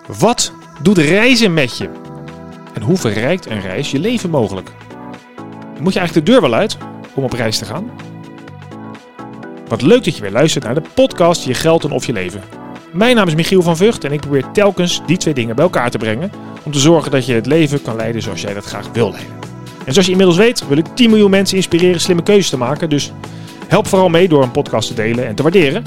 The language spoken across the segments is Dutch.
Wat doet reizen met je? En hoe verrijkt een reis je leven mogelijk? Moet je eigenlijk de deur wel uit om op reis te gaan? Wat leuk dat je weer luistert naar de podcast Je Geld en Of Je Leven. Mijn naam is Michiel van Vught en ik probeer telkens die twee dingen bij elkaar te brengen om te zorgen dat je het leven kan leiden zoals jij dat graag wil leiden. En zoals je inmiddels weet wil ik 10 miljoen mensen inspireren slimme keuzes te maken, dus help vooral mee door een podcast te delen en te waarderen.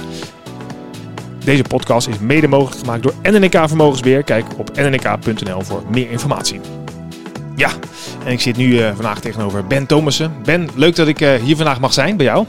Deze podcast is mede mogelijk gemaakt door NNK Vermogensbeheer. Kijk op nnk.nl voor meer informatie. Ja, en ik zit nu vandaag tegenover Ben Thomassen. Ben, leuk dat ik hier vandaag mag zijn bij jou.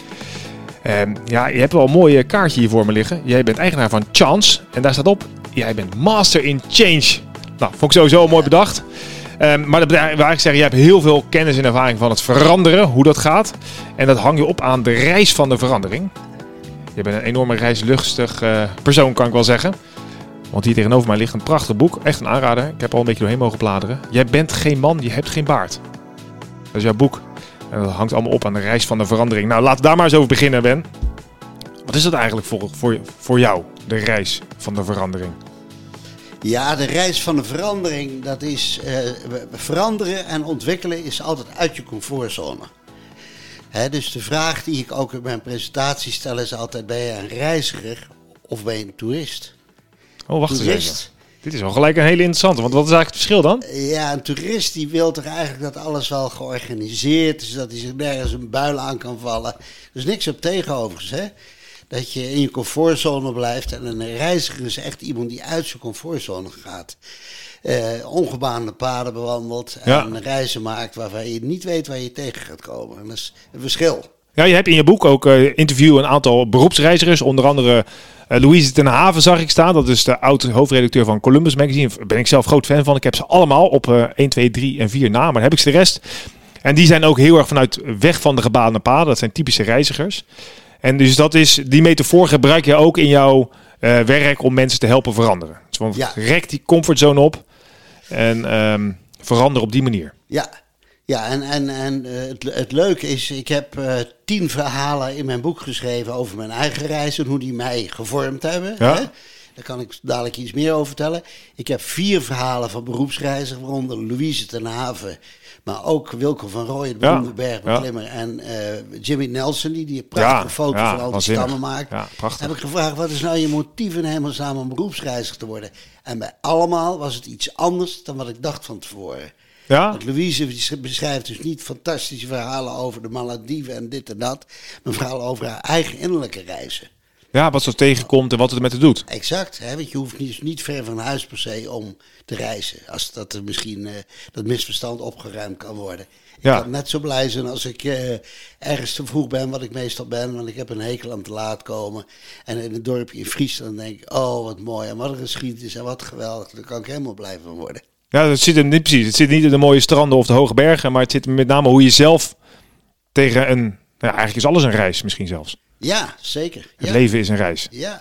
Ja, je hebt wel een mooi kaartje hier voor me liggen. Jij bent eigenaar van Chance en daar staat op, jij bent master in change. Nou, vond ik sowieso mooi bedacht. Maar dat wil eigenlijk zeggen, jij hebt heel veel kennis en ervaring van het veranderen, hoe dat gaat. En dat hang je op aan de reis van de verandering. Je bent een enorme reislustig persoon, kan ik wel zeggen. Want hier tegenover mij ligt een prachtig boek. Echt een aanrader. Ik heb al een beetje doorheen mogen bladeren. Jij bent geen man, je hebt geen baard. Dat is jouw boek. En dat hangt allemaal op aan de reis van de verandering. Nou, laten we daar maar eens over beginnen, Ben. Wat is dat eigenlijk voor jou, de reis van de verandering? Ja, de reis van de verandering, dat is veranderen en ontwikkelen is altijd uit je comfortzone. Dus de vraag die ik ook in mijn presentatie stel is altijd, ben je een reiziger of ben je een toerist? Oh, wacht eens even. Dit is wel gelijk een hele interessante, want wat is eigenlijk het verschil dan? Ja, een toerist die wil toch eigenlijk dat alles wel georganiseerd is, dat hij zich nergens een buil aan kan vallen. Er is niks op tegenover, hè? Dat je in je comfortzone blijft en een reiziger is echt iemand die uit zijn comfortzone gaat. Ongebaande paden bewandelt en reizen maakt waarvan je niet weet waar je tegen gaat komen. En dat is een verschil. Ja, je hebt in je boek ook interview een aantal beroepsreizigers, onder andere Louise ten Haven zag ik staan. Dat is de oud-hoofdredacteur van Columbus Magazine. Daar ben ik zelf groot fan van. Ik heb ze allemaal op 1, 2, 3 en 4 na, maar dan heb ik ze de rest. En die zijn ook heel erg vanuit weg van de gebaande paden. Dat zijn typische reizigers. En dus die metafoor gebruik je ook in jouw werk om mensen te helpen veranderen. Dus rek die comfortzone op en verander op die manier. Ja, en het leuke is, ik heb 10 verhalen in mijn boek geschreven over mijn eigen reis en hoe die mij gevormd hebben. Ja. Hè? Daar kan ik dadelijk iets meer over vertellen. Ik heb 4 verhalen van beroepsreizigers, waaronder Louise ten Haven, maar ook Wilco van Rooij, de beroemde bergbeklimmer, en Jimmy Nelson, die een prachtige foto van al die stammen maakt. Ja, heb ik gevraagd, wat is nou je motief in hemelsnaam om beroepsreiziger te worden? En bij allemaal was het iets anders dan wat ik dacht van tevoren. Ja? Want Louise beschrijft dus niet fantastische verhalen over de Malediven en dit en dat, maar verhalen over haar eigen innerlijke reizen. Ja, wat ze tegenkomt en wat het met haar doet. Exact, hè? Want je hoeft niet ver van huis per se om te reizen. Als dat er misschien dat misverstand opgeruimd kan worden. Ik kan net zo blij zijn als ik ergens te vroeg ben, wat ik meestal ben. Want ik heb een hekel aan te laat komen. En in het dorpje in Friesland denk ik, oh wat mooi en wat een geschiedenis en wat geweldig. Daar kan ik helemaal blij van worden. Ja, dat zit hem niet precies. Het zit niet in de mooie stranden of de hoge bergen. Maar het zit met name hoe je zelf tegen een... Ja, eigenlijk is alles een reis misschien zelfs. Ja, zeker. Het leven is een reis. Ja.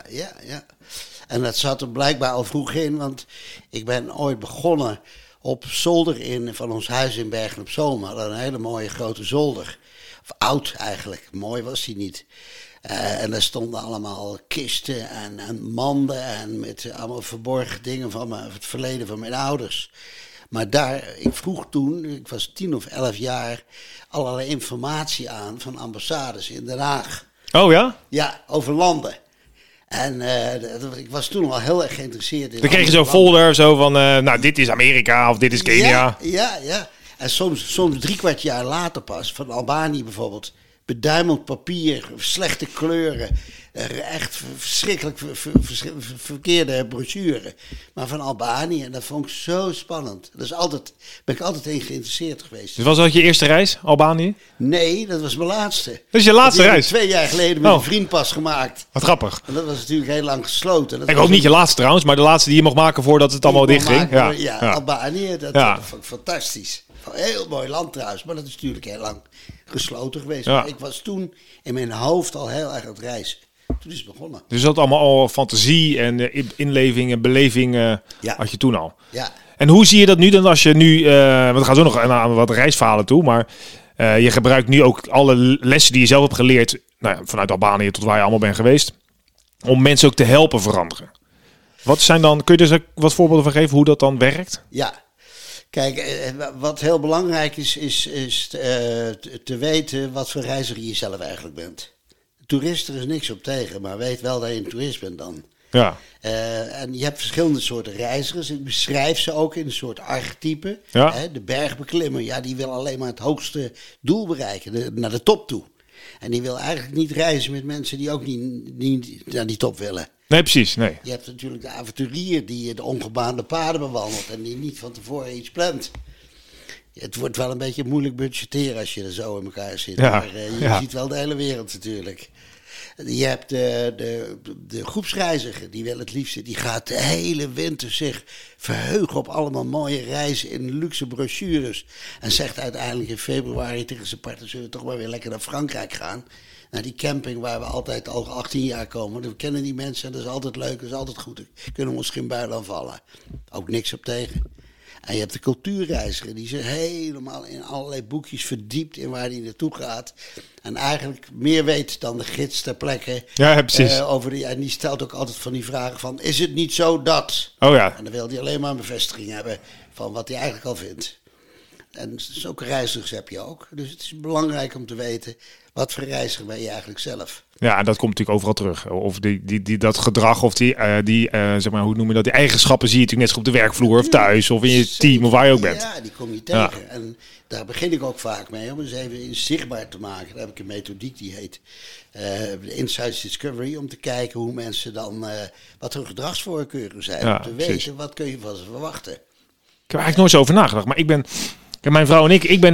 En dat zat er blijkbaar al vroeg in, want ik ben ooit begonnen op zolder van ons huis in Bergen op Zoom. We hadden een hele mooie grote zolder. Of oud eigenlijk, mooi was die niet. En daar stonden allemaal kisten en manden en met allemaal verborgen dingen van het verleden van mijn ouders. Maar ik vroeg toen, ik was 10 of 11 jaar, allerlei informatie aan van ambassades in Den Haag. Oh ja? Ja, over landen. En ik was toen al heel erg geïnteresseerd in. Dan kreeg je zo'n folder zo van, dit is Amerika of dit is Kenia. Ja. En soms 3/4 jaar later pas, van Albanië bijvoorbeeld, beduimeld papier, slechte kleuren, echt verschrikkelijk verkeerde brochure. Maar van Albanië, en dat vond ik zo spannend. Ben ik altijd in geïnteresseerd geweest. Dus was dat je eerste reis, Albanië? Nee, dat was mijn laatste. Dat is je laatste reis? 2 jaar geleden met een vriend pas gemaakt. Wat grappig. En dat was natuurlijk heel lang gesloten. Ik hoop niet je laatste trouwens, maar de laatste die je mocht maken voordat het allemaal dicht ging. Ja, Albanië, dat vond ik fantastisch. Een heel mooi land trouwens, maar dat is natuurlijk heel lang gesloten geweest. Ja. Maar ik was toen in mijn hoofd al heel erg aan het reizen. Toen is het begonnen. Dus dat allemaal al fantasie en inleving en beleving had je toen al. Ja. En hoe zie je dat nu dan als je nu... want we gaan zo nog naar wat reisverhalen toe, maar je gebruikt nu ook alle lessen die je zelf hebt geleerd, vanuit Albanië tot waar je allemaal bent geweest, om mensen ook te helpen veranderen. Wat zijn dan, kun je dus wat voorbeelden van geven hoe dat dan werkt? Ja, kijk, wat heel belangrijk is te weten wat voor reiziger je zelf eigenlijk bent. Toerist, er is niks op tegen, maar weet wel dat je een toerist bent dan. Ja. En je hebt verschillende soorten reizigers. Ik beschrijf ze ook in een soort archetype. Ja. De bergbeklimmer, ja, die wil alleen maar het hoogste doel bereiken, naar de top toe. En die wil eigenlijk niet reizen met mensen die ook niet naar die top willen. Nee, precies. Nee. Je hebt natuurlijk de avonturier die de ongebaande paden bewandelt en die niet van tevoren iets plant. Het wordt wel een beetje moeilijk budgetteren als je er zo in elkaar zit. Ja, Maar je ziet wel de hele wereld natuurlijk. Je hebt de groepsreiziger, die wil het liefste, die gaat de hele winter zich verheugen op allemaal mooie reizen in luxe brochures. En zegt uiteindelijk in februari tegen zijn partner, zullen we toch maar weer lekker naar Frankrijk gaan. Naar die camping waar we altijd al 18 jaar komen. We kennen die mensen en dat is altijd leuk, dat is altijd goed. Kunnen we ons geen buil aanvallen. Ook niks op tegen. En je hebt de cultuurreiziger, die zich helemaal in allerlei boekjes verdiept in waar hij naartoe gaat. En eigenlijk meer weet dan de gids ter plekke. Ja, precies. En die stelt ook altijd van die vragen van, is het niet zo dat? Oh ja. En dan wil hij alleen maar een bevestiging hebben van wat hij eigenlijk al vindt. En zulke reizigers heb je ook. Dus het is belangrijk om te weten, wat voor reiziger ben je eigenlijk zelf? Ja, en dat komt natuurlijk overal terug. Of dat gedrag of zeg maar, hoe noem je dat? Die eigenschappen zie je natuurlijk net zo op de werkvloer of thuis of in je team of waar je ook bent. Ja, die kom je tegen. Ja. En daar begin ik ook vaak mee om eens even zichtbaar te maken. Daar heb ik een methodiek die heet Insights Discovery. Om te kijken hoe mensen dan, wat hun gedragsvoorkeuren zijn. Ja, om te weten, wat kun je van ze verwachten. Ik heb er eigenlijk nooit zo over nagedacht. Maar mijn vrouw en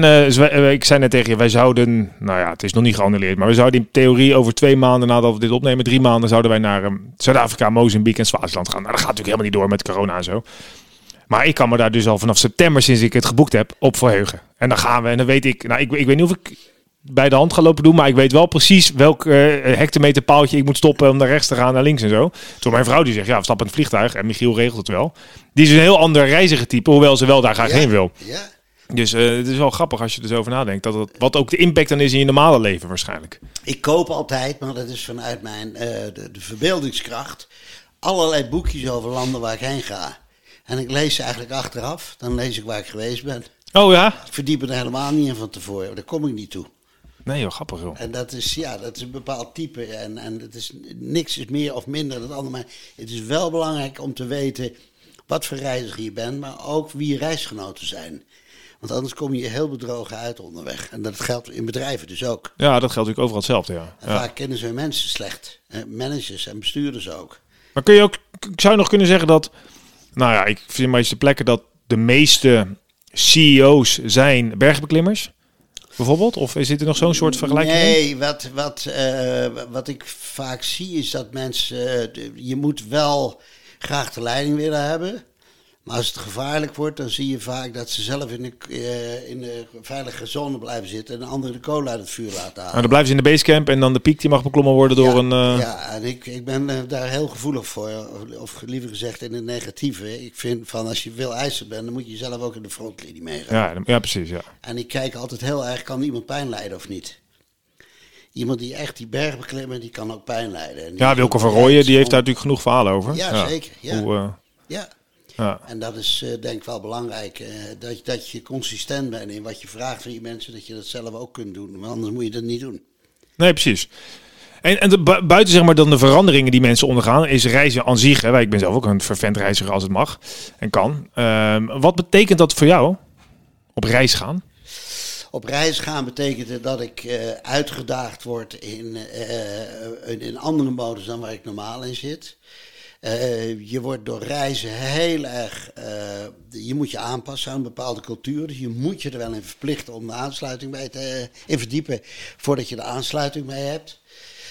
ik zei net tegen je, wij zouden, nou ja, het is nog niet geannuleerd, maar we zouden in theorie over 2 maanden nadat we dit opnemen, 3 maanden, zouden wij naar Zuid-Afrika, Mozambique en Swaziland gaan. Nou, dat gaat natuurlijk helemaal niet door met corona en zo. Maar ik kan me daar dus al vanaf september, sinds ik het geboekt heb, op verheugen. En dan gaan we en dan weet ik, nou, ik weet niet of ik bij de hand ga lopen doen, maar ik weet wel precies welk hectometerpaaltje ik moet stoppen om naar rechts te gaan, naar links en zo. Toen mijn vrouw die zegt, ja, we stappen in het vliegtuig en Michiel regelt het wel. Die is een heel ander reizigertype, hoewel ze wel daar graag heen wil. Ja. Dus het is wel grappig als je er zo over nadenkt. Wat ook de impact dan is in je normale leven waarschijnlijk. Ik koop altijd, maar dat is vanuit mijn de verbeeldingskracht, allerlei boekjes over landen waar ik heen ga. En ik lees ze eigenlijk achteraf. Dan lees ik waar ik geweest ben. Oh ja? Ik verdiep er helemaal niet in van tevoren. Daar kom ik niet toe. Nee joh, grappig joh. En dat is een bepaald type. En het is, niks is meer of minder dan het andere. Maar het is wel belangrijk om te weten wat voor reiziger je bent. Maar ook wie je reisgenoten zijn. Want anders kom je heel bedrogen uit onderweg. En dat geldt in bedrijven dus ook. Ja, dat geldt natuurlijk overal hetzelfde, ja. En vaak kennen ze mensen slecht. Managers en bestuurders ook. Maar zou je nog kunnen zeggen dat, nou ja, ik vind maar eens de plekken dat de meeste CEO's zijn bergbeklimmers? Bijvoorbeeld? Of zit er nog zo'n soort vergelijking in? Nee, wat ik vaak zie is dat mensen, je moet wel graag de leiding willen hebben. Maar als het gevaarlijk wordt, dan zie je vaak dat ze zelf in de veilige zone blijven zitten en de anderen de kolen uit het vuur laten halen. Nou, dan blijven ze in de basecamp en dan de piek die mag beklommen worden door een... Ja, en ik ben daar heel gevoelig voor. Of liever gezegd in het negatieve. Ik vind van als je wil eisen bent, dan moet je zelf ook in de frontlinie meegaan. Ja, precies, ja. En ik kijk altijd heel erg, kan iemand pijn lijden of niet? Iemand die echt die berg beklimmen, die kan ook pijn lijden. En ja, Wilco van Rooyen, die heeft daar natuurlijk genoeg verhalen over. Ja, zeker. Ja. Ja. En dat is denk ik wel belangrijk. Dat je consistent bent in wat je vraagt van je mensen. Dat je dat zelf ook kunt doen. Maar anders moet je dat niet doen. Nee, precies. En buiten zeg maar dan de veranderingen die mensen ondergaan, is reizen aan zich. Hè, ik ben zelf ook een fervent reiziger als het mag en kan. Wat betekent dat voor jou? Op reis gaan? Op reis gaan betekent dat ik uitgedaagd word in andere modus dan waar ik normaal in zit. Je wordt door reizen heel erg, je moet je aanpassen aan een bepaalde cultuur. Dus je moet je er wel in verplichten om de aansluiting bij in verdiepen voordat je de aansluiting mee hebt.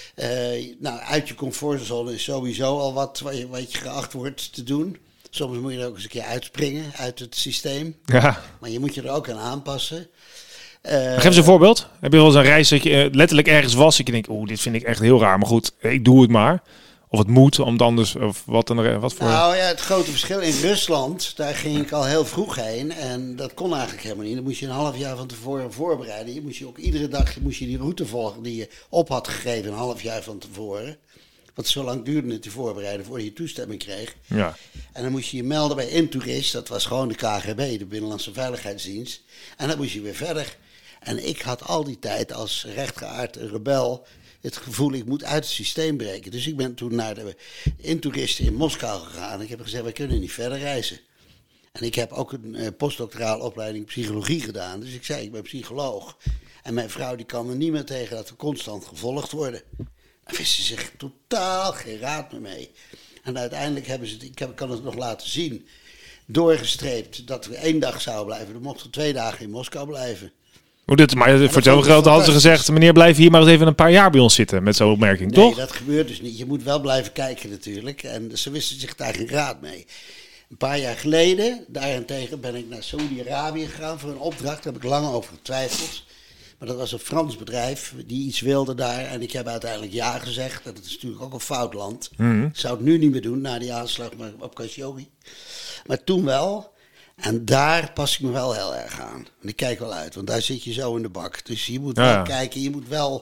Uit je comfortzone is sowieso al wat je geacht wordt te doen. Soms moet je er ook eens een keer uitspringen uit het systeem. Ja. Maar je moet je er ook aan aanpassen. Geef eens een voorbeeld. Heb je wel eens een reis dat je letterlijk ergens was dat je denkt, dit vind ik echt heel raar, maar goed, ik doe het maar. Of het moet, om het anders, of wat voor... Nou ja, het grote verschil in Rusland, daar ging ik al heel vroeg heen. En dat kon eigenlijk helemaal niet. Dan moest je een half jaar van tevoren voorbereiden. Je moest je ook iedere dag die route volgen die je op had gegeven een half jaar van tevoren. Want zo lang duurde het te voorbereiden voordat je toestemming kreeg. Ja. En dan moest je je melden bij Intourist. Dat was gewoon de KGB, de Binnenlandse Veiligheidsdienst. En dan moest je weer verder. En ik had al die tijd als rechtgeaard rebel het gevoel, ik moet uit het systeem breken. Dus ik ben toen naar de Intouristen in Moskou gegaan. Ik heb gezegd, we kunnen niet verder reizen. En ik heb ook een postdoctorale opleiding psychologie gedaan. Dus ik zei, ik ben psycholoog. En mijn vrouw die kan er niet meer tegen dat we constant gevolgd worden. Daar wist ze zich totaal geen raad meer mee. En uiteindelijk hebben ze het, kan het nog laten zien, doorgestreept dat we 1 dag zouden blijven. Dan mochten we 2 dagen in Moskou blijven. Maar voor hetzelfde geld hadden ze gezegd, meneer, blijf hier maar eens even een paar jaar bij ons zitten. Met zo'n opmerking, toch? Nee, dat gebeurt dus niet. Je moet wel blijven kijken natuurlijk. En ze wisten zich daar geen raad mee. Een paar jaar geleden, daarentegen, ben ik naar Saoedi-Arabië gegaan voor een opdracht. Daar heb ik lang over getwijfeld. Maar dat was een Frans bedrijf die iets wilde daar. En ik heb uiteindelijk ja gezegd. Dat is natuurlijk ook een fout land. Ik zou het nu niet meer doen na die aanslag op Khashoggi. Maar toen wel. En daar pas ik me wel heel erg aan. En ik kijk wel uit, want daar zit je zo in de bak. Dus je moet wel kijken, je moet wel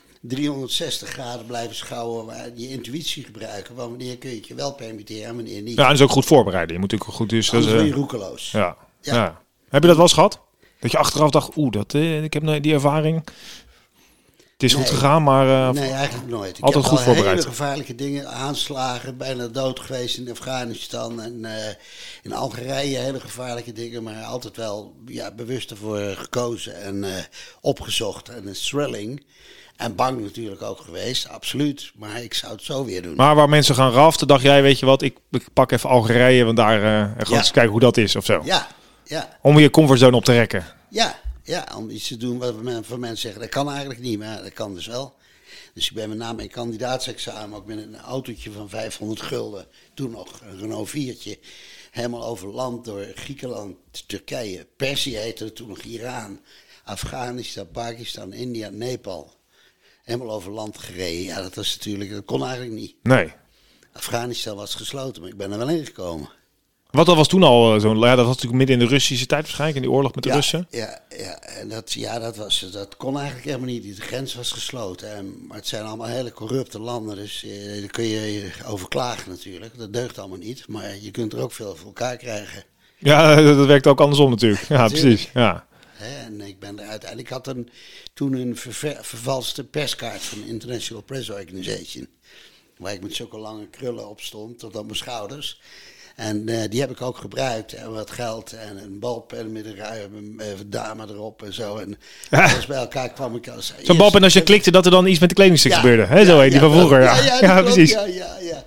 360 graden blijven schouwen, waar je intuïtie gebruiken. Wanneer kun je het je wel permitteren en wanneer niet. Ja, en dus ook goed voorbereiden. Je moet natuurlijk goed... Dus, anders ben je roekeloos. Ja. Heb je dat wel eens gehad? Dat je achteraf dacht, ik heb die ervaring. Het is goed gegaan, maar... nee, eigenlijk nooit. Altijd goed voorbereid. Ik heb hele gevaarlijke dingen, aanslagen, bijna dood geweest in Afghanistan en in Algerije hele gevaarlijke dingen, maar altijd wel bewust ervoor gekozen en opgezocht. En een thrilling. En bang natuurlijk ook geweest, absoluut. Maar ik zou het zo weer doen. Maar waar mensen gaan raften, dacht jij, weet je wat, ik pak even Algerije, want daar gaan eens kijken hoe dat is of zo. Ja. Om je comfortzone op te rekken. Ja, om iets te doen wat van mensen zeggen, dat kan eigenlijk niet, maar dat kan dus wel. Dus ik ben met name mijn kandidaatsexamen ook met een autootje van 500 gulden, toen nog een Renault 4'tje, helemaal over land door Griekenland, Turkije, Perzië heette het toen nog, Iran, Afghanistan, Pakistan, India, Nepal. Helemaal over land gereden. Ja, dat kon eigenlijk niet. Nee. Afghanistan was gesloten, maar ik ben er wel ingekomen. Wat dat was toen al zo'n... Ja, dat was natuurlijk midden in de Russische tijd waarschijnlijk, in die oorlog met de Russen. Ja. En dat kon eigenlijk helemaal niet. De grens was gesloten. Maar het zijn allemaal hele corrupte landen, dus daar kun je over klagen natuurlijk. Dat deugt allemaal niet, maar je kunt er ook veel voor elkaar krijgen. Ja, dat werkt ook andersom natuurlijk. Ja, natuurlijk. Precies. Ja. En ik ben er uiteindelijk... Ik had toen een vervalste perskaart van de International Press Organization, waar ik met zulke lange krullen op stond, tot aan mijn schouders. En die heb ik ook gebruikt. En wat geld en een balpen met een ruime dame erop en zo. En alles bij elkaar kwam ik als... Zo'n balpen als je klikte dat er dan iets met de kledingstuk gebeurde. Hè? Zo heet die van vroeger. Ja, precies. Ja.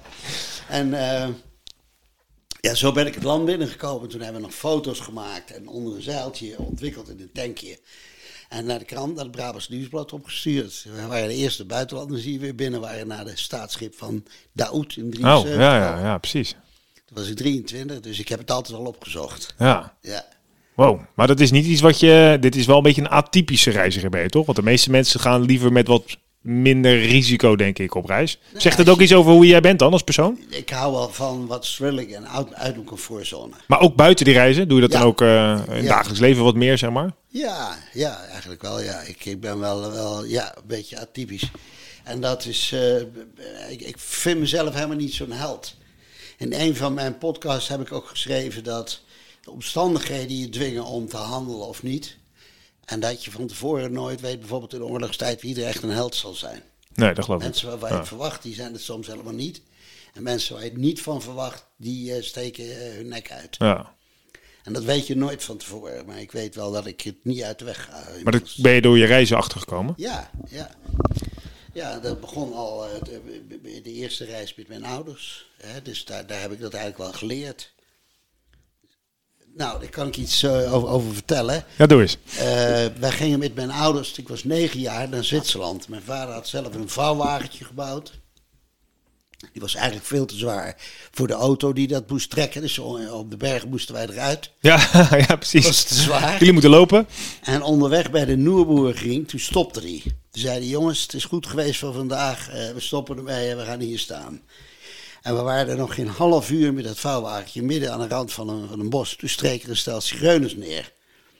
En zo ben ik het land binnengekomen. Toen hebben we nog foto's gemaakt en onder een zeiltje ontwikkeld in een tankje. En naar de krant, naar het Brabants Nieuwsblad opgestuurd. We waren de eerste buitenlanders die weer binnen waren naar de staatsschip van Daoud in 73. Oh, ja, precies. Toen was ik 23, dus ik heb het altijd al opgezocht. Ja. Wow, maar dat is niet iets wat je... Dit is wel een beetje een atypische reiziger ben je, toch? Want de meeste mensen gaan liever met wat minder risico, denk ik, op reis. Zegt het ook iets over hoe jij bent dan als persoon? Ik hou wel van wat thrilling en uit mijn comfortzone. Maar ook buiten die reizen? Doe je dat dan ook in het dagelijks leven wat meer, zeg maar? Ja, eigenlijk wel, ja. Ik ben wel een beetje atypisch. En dat is... ik vind mezelf helemaal niet zo'n held. In een van mijn podcasts heb ik ook geschreven dat de omstandigheden je dwingen om te handelen of niet. En dat je van tevoren nooit weet, bijvoorbeeld in de oorlogstijd, wie er echt een held zal zijn. Nee, dat geloof ik. Mensen waar je het verwacht, die zijn het soms helemaal niet. En mensen waar je het niet van verwacht, die steken hun nek uit. Ja. En dat weet je nooit van tevoren. Maar ik weet wel dat ik het niet uit de weg ga. Maar dat ben je door je reizen achtergekomen? Ja. Ja, dat begon al de eerste reis met mijn ouders. Dus daar heb ik dat eigenlijk wel geleerd. Nou, daar kan ik iets over vertellen. Ja, doe eens. Wij gingen met mijn ouders, ik was 9 jaar, naar Zwitserland. Mijn vader had zelf een vouwwagentje gebouwd. Die was eigenlijk veel te zwaar voor de auto die dat moest trekken. Dus op de berg moesten wij eruit. Ja, precies. Dat was te zwaar. Jullie moeten lopen. En onderweg bij de Noerboerkring, toen stopte hij. Toen zeiden jongens, het is goed geweest voor vandaag. We stoppen ermee en we gaan hier staan. En we waren er nog geen half uur met dat vouwwagentje midden aan de rand van een bos. Toen streken er een stel zigeuners neer.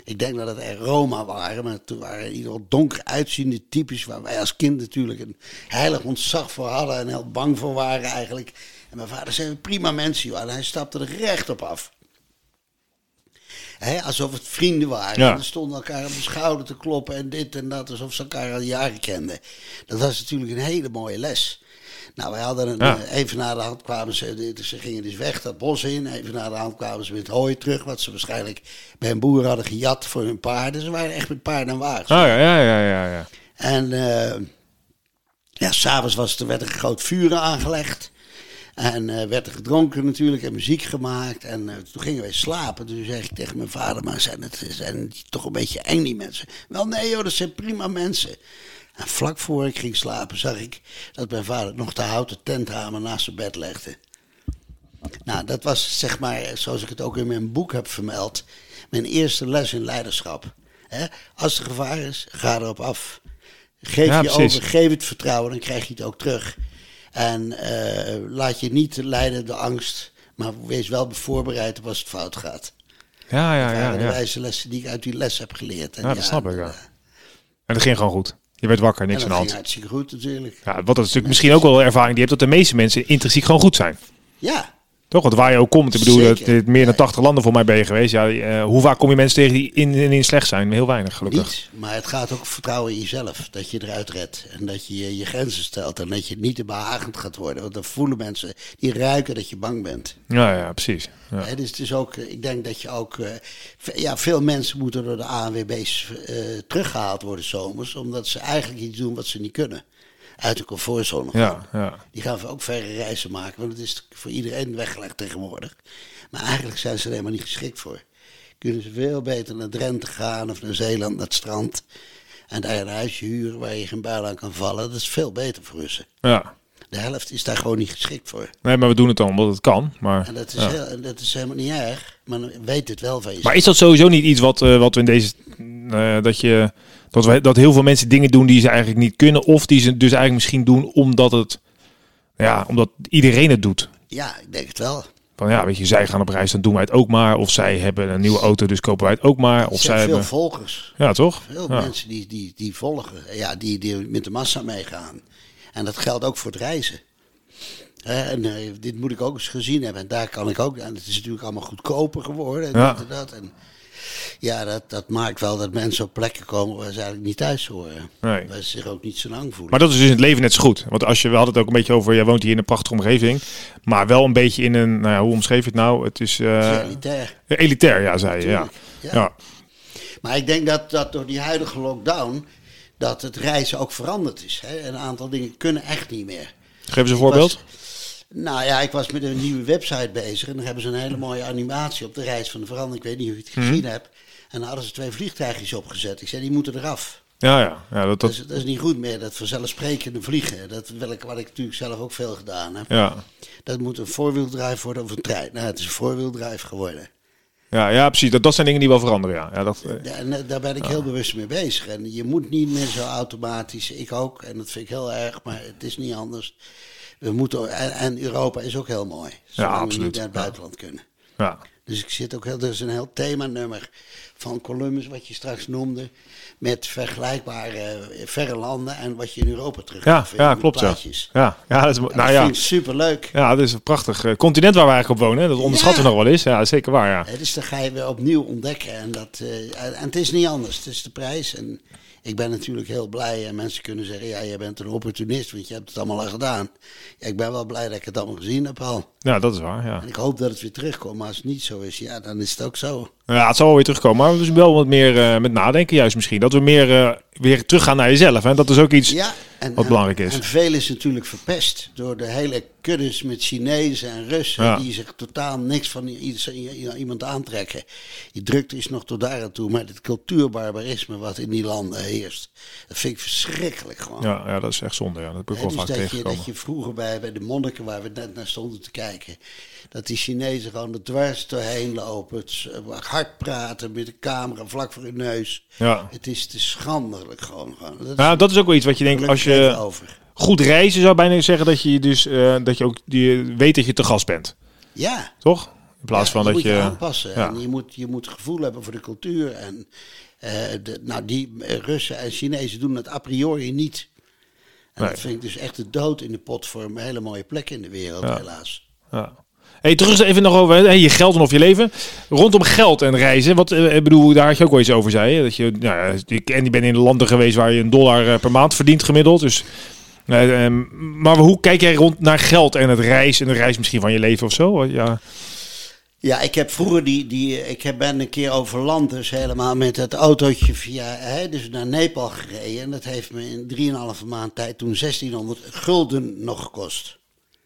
Ik denk dat het er Roma waren, maar toen waren in ieder geval donker uitziende types waar wij als kind natuurlijk een heilig ontzag voor hadden en heel bang voor waren eigenlijk. En mijn vader zei, prima mensen, joh. En hij stapte er recht op af. Alsof het vrienden waren. Ja. En ze stonden elkaar op de schouder te kloppen en dit en dat, alsof ze elkaar al jaren kenden. Dat was natuurlijk een hele mooie les. Nou, wij hadden even na de hand kwamen ze gingen dus weg dat bos in. Even na de hand kwamen ze met hooi terug, wat ze waarschijnlijk bij een boer hadden gejat voor hun paarden. Ze waren echt met paarden en wagens. Oh ja. En s'avonds werd er een groot vuur aangelegd. En werd er gedronken natuurlijk en muziek gemaakt. En toen gingen wij slapen. Toen zei ik tegen mijn vader, maar zijn die toch een beetje eng die mensen? Wel nee joh, dat zijn prima mensen. En vlak voor ik ging slapen zag ik dat mijn vader nog de houten tenthamer naast zijn bed legde. Nou, dat was zeg maar, zoals ik het ook in mijn boek heb vermeld, mijn eerste les in leiderschap. Als er gevaar is, ga erop af. Geef het vertrouwen, dan krijg je het ook terug. En laat je niet leiden door angst, maar wees wel voorbereid op als het fout gaat. Ja. De wijze lessen die ik uit die les heb geleerd. En dat snap ik, ja. En dat ging gewoon goed. Je werd wakker, niks aan de hand. Dat ging hartstikke goed natuurlijk. Ja, wat dat is natuurlijk misschien ook wel een ervaring die je hebt, dat de meeste mensen intrinsiek gewoon goed zijn. Ja. Toch? Want waar je ook komt, ik bedoel, meer dan 80 landen voor mij ben je geweest. Ja, hoe vaak kom je mensen tegen die in slecht zijn? Heel weinig, gelukkig. Niet, maar het gaat ook vertrouwen in jezelf. Dat je eruit redt. En dat je je grenzen stelt. En dat je niet te behagend gaat worden. Want dan voelen mensen, die ruiken dat je bang bent. Ja, precies. Ja. Dus het is ook, ik denk dat je ook... veel mensen moeten door de ANWB's teruggehaald worden zomers. Omdat ze eigenlijk iets doen wat ze niet kunnen. Uit de comfortzone. Ja. Die gaan ook verre reizen maken, want het is voor iedereen weggelegd tegenwoordig. Maar eigenlijk zijn ze er helemaal niet geschikt voor. Kunnen ze veel beter naar Drenthe gaan of naar Zeeland, naar het strand. En daar een huisje huren waar je geen buil aan kan vallen. Dat is veel beter voor ze. Ja. De helft is daar gewoon niet geschikt voor. Nee, maar we doen het dan omdat het kan. Maar, en dat is helemaal niet erg, maar dan weet het wel van jezelf. Maar is dat sowieso niet iets wat we in deze... Dat heel veel mensen dingen doen die ze eigenlijk niet kunnen. Of die ze dus eigenlijk misschien doen omdat omdat iedereen het doet. Ja, ik denk het wel. Van weet je, zij gaan op reis, dan doen wij het ook maar. Of zij hebben een nieuwe auto, dus kopen wij het ook maar. Of zij veel hebben volgers. Ja, toch? Veel mensen die volgen. Ja, die met de massa meegaan. En dat geldt ook voor het reizen. Dit moet ik ook eens gezien hebben. En daar kan ik ook. En het is natuurlijk allemaal goedkoper geworden. En dat. En dat maakt wel dat mensen op plekken komen waar ze eigenlijk niet thuis horen. Nee. Waar ze zich ook niet zo lang voelen. Maar dat is dus in het leven net zo goed. Want we hadden het ook een beetje over, jij woont hier in een prachtige omgeving. Maar wel een beetje in een, hoe omschreef je het nou? Het is... elitair. Elitair, ja, zei je. Ja. Maar ik denk dat door die huidige lockdown, dat het reizen ook veranderd is. Een aantal dingen kunnen echt niet meer. Geef eens een voorbeeld. Ik was met een nieuwe website bezig. En dan hebben ze een hele mooie animatie op de reis van de verandering. Ik weet niet of je het gezien hebt. En dan hadden ze 2 vliegtuigjes opgezet. Ik zei, die moeten eraf. Ja, dat is niet goed meer, dat vanzelfsprekende vliegen. Wat ik natuurlijk zelf ook veel gedaan heb. Ja. Dat moet een voorwieldrive worden of een trein. Nou, het is een voorwieldrive geworden. Ja, precies. Dat zijn dingen die wel veranderen, ja. En daar ben ik heel bewust mee bezig. En je moet niet meer zo automatisch, ik ook. En dat vind ik heel erg, maar het is niet anders. We moeten, en Europa is ook heel mooi. Zolang we niet naar het buitenland kunnen. Ja. Dus ik zit ook er is een heel themanummer van Columbus, wat je straks noemde, met vergelijkbare verre landen en wat je in Europa terug kan vinden. Ja, klopt. Ja, dat is, dat vind ik superleuk. Ja, dat is een prachtig continent waar we eigenlijk op wonen. Hè? Dat onderschatten we nog wel eens. Ja, zeker waar. Ja. Dus dan ga je weer opnieuw ontdekken. En het is niet anders. Het is de prijs. En ik ben natuurlijk heel blij. En mensen kunnen zeggen, ja, jij bent een opportunist, want je hebt het allemaal al gedaan. Ja, ik ben wel blij dat ik het allemaal gezien heb al. Ja, dat is waar. Ja. En ik hoop dat het weer terugkomt. Maar als het niet zo is, ja, dan is het ook zo. Ja, het zal wel weer terugkomen. Maar we dus wel wat meer met nadenken juist misschien. Dat we meer weer teruggaan naar jezelf. Hè? Dat is ook iets wat belangrijk is. En veel is natuurlijk verpest door de hele kuddes met Chinezen en Russen. Die zich totaal niks van iemand aantrekken. Die drukte is nog tot daar aan toe. Maar het cultuurbarbarisme wat in die landen heerst. Dat vind ik verschrikkelijk gewoon. Ja, dat is echt zonde. Ja. Dat heb ik wel vaak tegengekomen. Dat je vroeger bij de monniken waar we net naar stonden te kijken. Dat die Chinezen gewoon er dwars doorheen lopen. Hard praten met de camera vlak voor hun neus. Ja. Het is te schandelijk gewoon. Dat is ook wel iets wat je denkt als je goed reizen zou bijna zeggen dat je dus dat je ook weet dat je te gast bent. Ja. Toch? In plaats van dat je aanpassen. Ja. En je moet gevoel hebben voor de cultuur. En die Russen en Chinezen doen het a priori niet. En dat vind ik dus echt de dood in de pot voor een hele mooie plek in de wereld, helaas. Ja. Hey, terug eens even nog over je geld en of je leven. Rondom geld en reizen. Daar had je ook wel iets over, zei je. Dat je bent in landen geweest waar je $1 per maand verdient gemiddeld. Dus, maar hoe kijk jij rond naar geld en het reis en de reis misschien van je leven of zo? Ja. Ja, ik heb vroeger ben een keer over land dus helemaal met het autootje dus naar Nepal gereden. En dat heeft me in 3,5 maand tijd toen 1600 gulden nog gekost.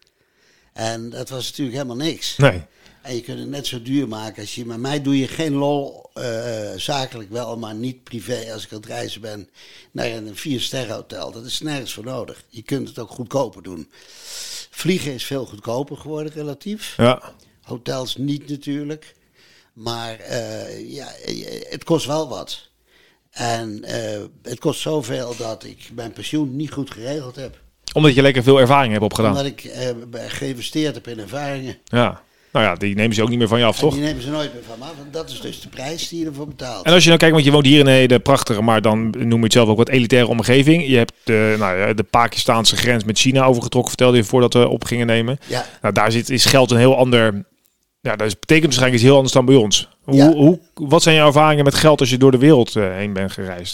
En dat was natuurlijk helemaal niks. Nee. En je kunt het net zo duur maken als je... Maar mij doe je geen lol, zakelijk wel, maar niet privé als ik aan het reizen ben naar een 4-sterren hotel. Dat is nergens voor nodig. Je kunt het ook goedkoper doen. Vliegen is veel goedkoper geworden relatief. Ja. Hotels niet natuurlijk. Maar het kost wel wat. En het kost zoveel dat ik mijn pensioen niet goed geregeld heb. Omdat je lekker veel ervaring hebt opgedaan. Omdat ik geïnvesteerd heb in ervaringen. Ja. Nou ja, die nemen ze ook niet meer van je af, toch? Die nemen ze nooit meer van me af. Want dat is dus de prijs die je ervoor betaalt. En als je nou kijkt, want je woont hier in een hele prachtige, maar dan noem je het zelf ook wat elitaire omgeving. Je hebt de Pakistaanse grens met China overgetrokken, vertelde je voordat we op gingen nemen. Ja. Nou, daar is geld een heel ander... Ja, dat betekent waarschijnlijk iets heel anders dan bij ons. Wat zijn jouw ervaringen met geld als je door de wereld heen bent gereisd?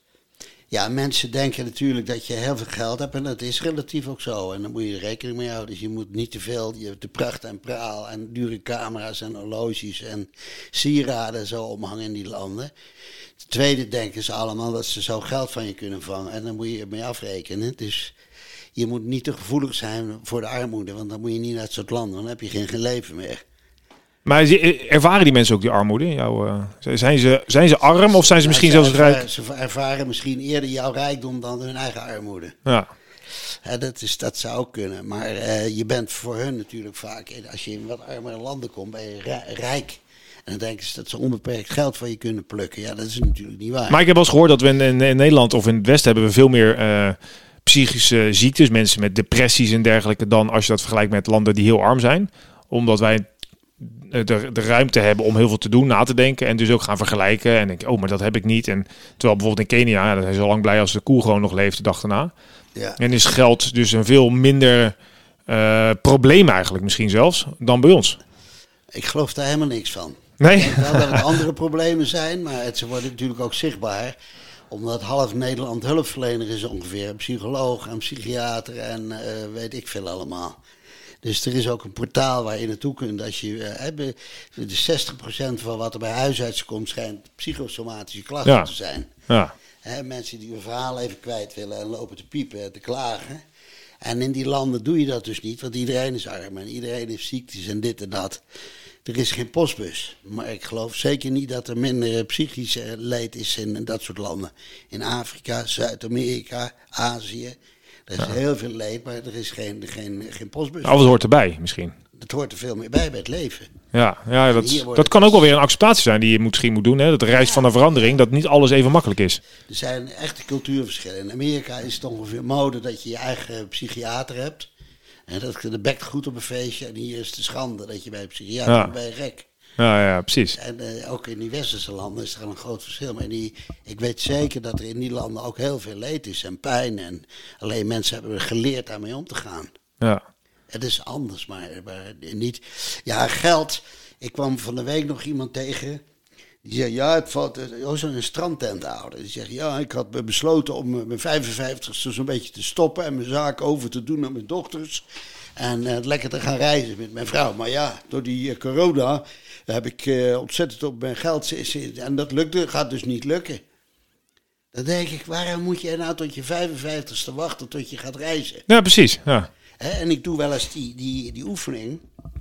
Ja, mensen denken natuurlijk dat je heel veel geld hebt en dat is relatief ook zo. En dan moet je er rekening mee houden. Dus je moet niet te veel, je hebt de pracht en praal en dure camera's en horloges en sieraden zo omhangen in die landen. Ten tweede denken ze allemaal dat ze zo geld van je kunnen vangen en dan moet je ermee afrekenen. Dus je moet niet te gevoelig zijn voor de armoede, want dan moet je niet naar het soort landen, dan heb je geen leven meer. Maar ervaren die mensen ook die armoede? Zijn ze arm of zijn ze misschien zelfs rijk? Ze ervaren misschien eerder jouw rijkdom dan hun eigen armoede. Ja. Dat zou ook kunnen. Maar je bent voor hun natuurlijk vaak, als je in wat armere landen komt, ben je rijk. En dan denken ze dat ze onbeperkt geld van je kunnen plukken. Ja, dat is natuurlijk niet waar. Maar ik heb wel eens gehoord dat we in Nederland of in het Westen hebben we veel meer psychische ziektes. Mensen met depressies en dergelijke dan als je dat vergelijkt met landen die heel arm zijn. Omdat wij de ruimte hebben om heel veel te doen, na te denken en dus ook gaan vergelijken en denken, maar dat heb ik niet. En terwijl bijvoorbeeld in Kenia, dat is al lang blij als de koe gewoon nog leeft de dag daarna. Ja. En is geld dus een veel minder probleem eigenlijk misschien zelfs dan bij ons. Ik geloof daar helemaal niks van. Nee? Ik denk wel dat het andere problemen zijn, maar ze worden natuurlijk ook zichtbaar. Omdat half Nederland hulpverlener is ongeveer. Een psycholoog, een psychiater en weet ik veel allemaal. Dus er is ook een portaal waar je naartoe kunt. Als je de 60% van wat er bij huisartsen komt schijnt psychosomatische klachten te zijn. Ja. Mensen die hun verhaal even kwijt willen en lopen te piepen, te klagen. En in die landen doe je dat dus niet, want iedereen is arm en iedereen heeft ziektes en dit en dat. Er is geen postbus. Maar ik geloof zeker niet dat er minder psychisch leed is in dat soort landen. In Afrika, Zuid-Amerika, Azië. Er is heel veel leed, maar er is geen postbus. Alles hoort erbij misschien. Het hoort er veel meer bij het leven. Ja, dat kan ook wel weer een acceptatie zijn die je misschien moet doen. Hè? Dat de reis van een verandering, dat niet alles even makkelijk is. Er zijn echte cultuurverschillen. In Amerika is het ongeveer mode dat je je eigen psychiater hebt. En dat bekt goed op een feestje. En hier is de schande dat je bij een psychiater bij een rek. Ja, precies. En ook in die westerse landen is er een groot verschil. Maar ik weet zeker dat er in die landen ook heel veel leed is en pijn. En alleen mensen hebben geleerd daarmee om te gaan. Ja. Het is anders, maar niet... Ja, geld. Ik kwam van de week nog iemand tegen. Die zei, het valt... zo'n strandtenthouder. Die zegt, ik had besloten om mijn 55ste zo'n beetje te stoppen. En mijn zaak over te doen naar mijn dochters. En lekker te gaan reizen met mijn vrouw. Maar door die corona heb ik ontzettend op mijn geld zitten. En dat gaat dus niet lukken. Dan denk ik, waarom moet je nou tot je 55ste wachten tot je gaat reizen? Ja, precies. Ja. En ik doe wel eens die oefening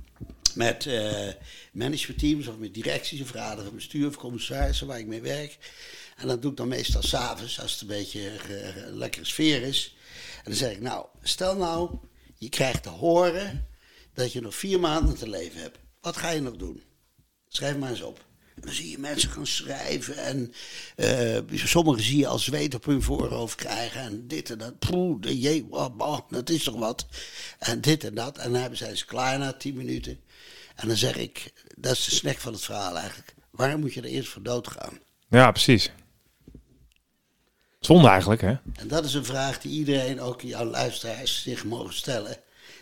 met managementteams of met directies of raden van bestuur of commissarissen waar ik mee werk. En dat doe ik dan meestal 's avonds als het een beetje een lekkere sfeer is. En dan zeg ik, stel nou, je krijgt te horen dat je nog 4 maanden te leven hebt. Wat ga je nog doen? Schrijf maar eens op. Dan zie je mensen gaan schrijven en sommigen zie je al zweet op hun voorhoofd krijgen en dit en dat. Dat is toch wat. En dit en dat. En dan zijn ze klaar na 10 minuten. En dan zeg ik, dat is de snack van het verhaal eigenlijk. Waar moet je er eerst voor doodgaan? Ja, precies. Zonde eigenlijk, hè? En dat is een vraag die iedereen, ook jouw luisteraars, zich mogen stellen.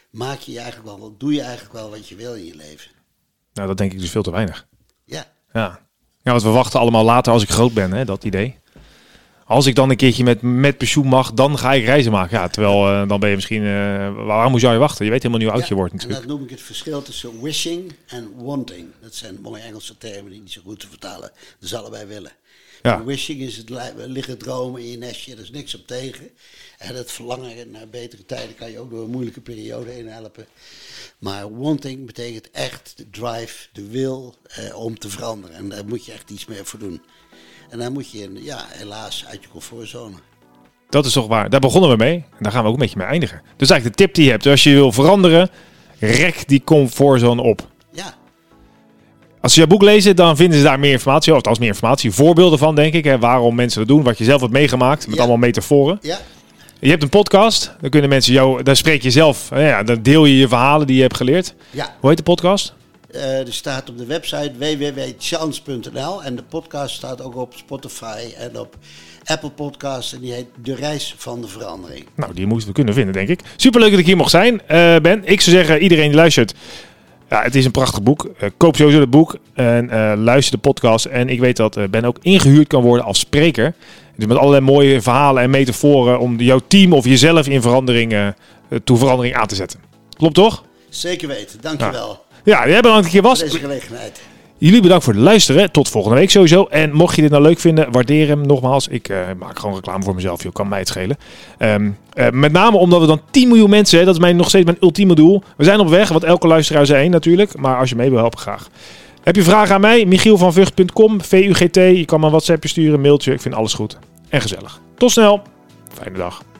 Doe je eigenlijk wel wat je wil in je leven? Nou, dat denk ik dus veel te weinig. Ja. Ja, want we wachten allemaal later als ik groot ben, hè, dat idee. Als ik dan een keertje met pensioen mag, dan ga ik reizen maken. Ja, terwijl dan ben je misschien... waarom zou je wachten? Je weet helemaal niet hoe oud je wordt natuurlijk. En dat noem ik het verschil tussen wishing en wanting. Dat zijn mooie Engelse termen die niet zo goed te vertalen. Dat is allebei willen. Ja. Wishing is het liggen dromen in je nestje, er is niks op tegen. En het verlangen naar betere tijden kan je ook door een moeilijke periode heen helpen. Maar wanting betekent echt de drive, de wil om te veranderen. En daar moet je echt iets meer voor doen. En dan moet je helaas uit je comfortzone. Dat is toch waar. Daar begonnen we mee. En daar gaan we ook een beetje mee eindigen. Dus eigenlijk de tip die je hebt. Als je wil veranderen, rek die comfortzone op. Ja. Als ze jouw boek lezen, dan vinden ze daar meer informatie. Of althans meer informatie. Voorbeelden van, denk ik. Hè, waarom mensen dat doen. Wat je zelf hebt meegemaakt. Met allemaal metaforen. Ja. Je hebt een podcast. Dan kunnen mensen jou... Daar spreek je zelf. Dan deel je je verhalen die je hebt geleerd. Ja. Hoe heet de podcast? Er staat op de website www.chance.nl. En de podcast staat ook op Spotify en op Apple Podcasts. En die heet De Reis van de Verandering. Nou, die moeten we kunnen vinden, denk ik. Superleuk dat ik hier mocht zijn, Ben. Ik zou zeggen, iedereen die luistert... Ja, het is een prachtig boek. Koop sowieso het boek en luister de podcast. En ik weet dat Ben ook ingehuurd kan worden als spreker. Dus met allerlei mooie verhalen en metaforen om jouw team of jezelf in verandering aan te zetten. Klopt toch? Zeker weten, dankjewel. Ja, jij bedankt dat ik hier was. Voor deze gelegenheid. Jullie bedankt voor het luisteren. Tot volgende week sowieso. En mocht je dit nou leuk vinden, waardeer hem nogmaals. Ik maak gewoon reclame voor mezelf. Joh, kan mij het schelen. Met name omdat we dan 10 miljoen mensen, dat is nog steeds mijn ultieme doel. We zijn op weg, wat elke luisteraar zei natuurlijk. Maar als je mee wil helpen, graag. Heb je vragen aan mij? michielvanvugt.com, VUGT. Je kan me een WhatsAppje sturen, een mailtje. Ik vind alles goed en gezellig. Tot snel. Fijne dag.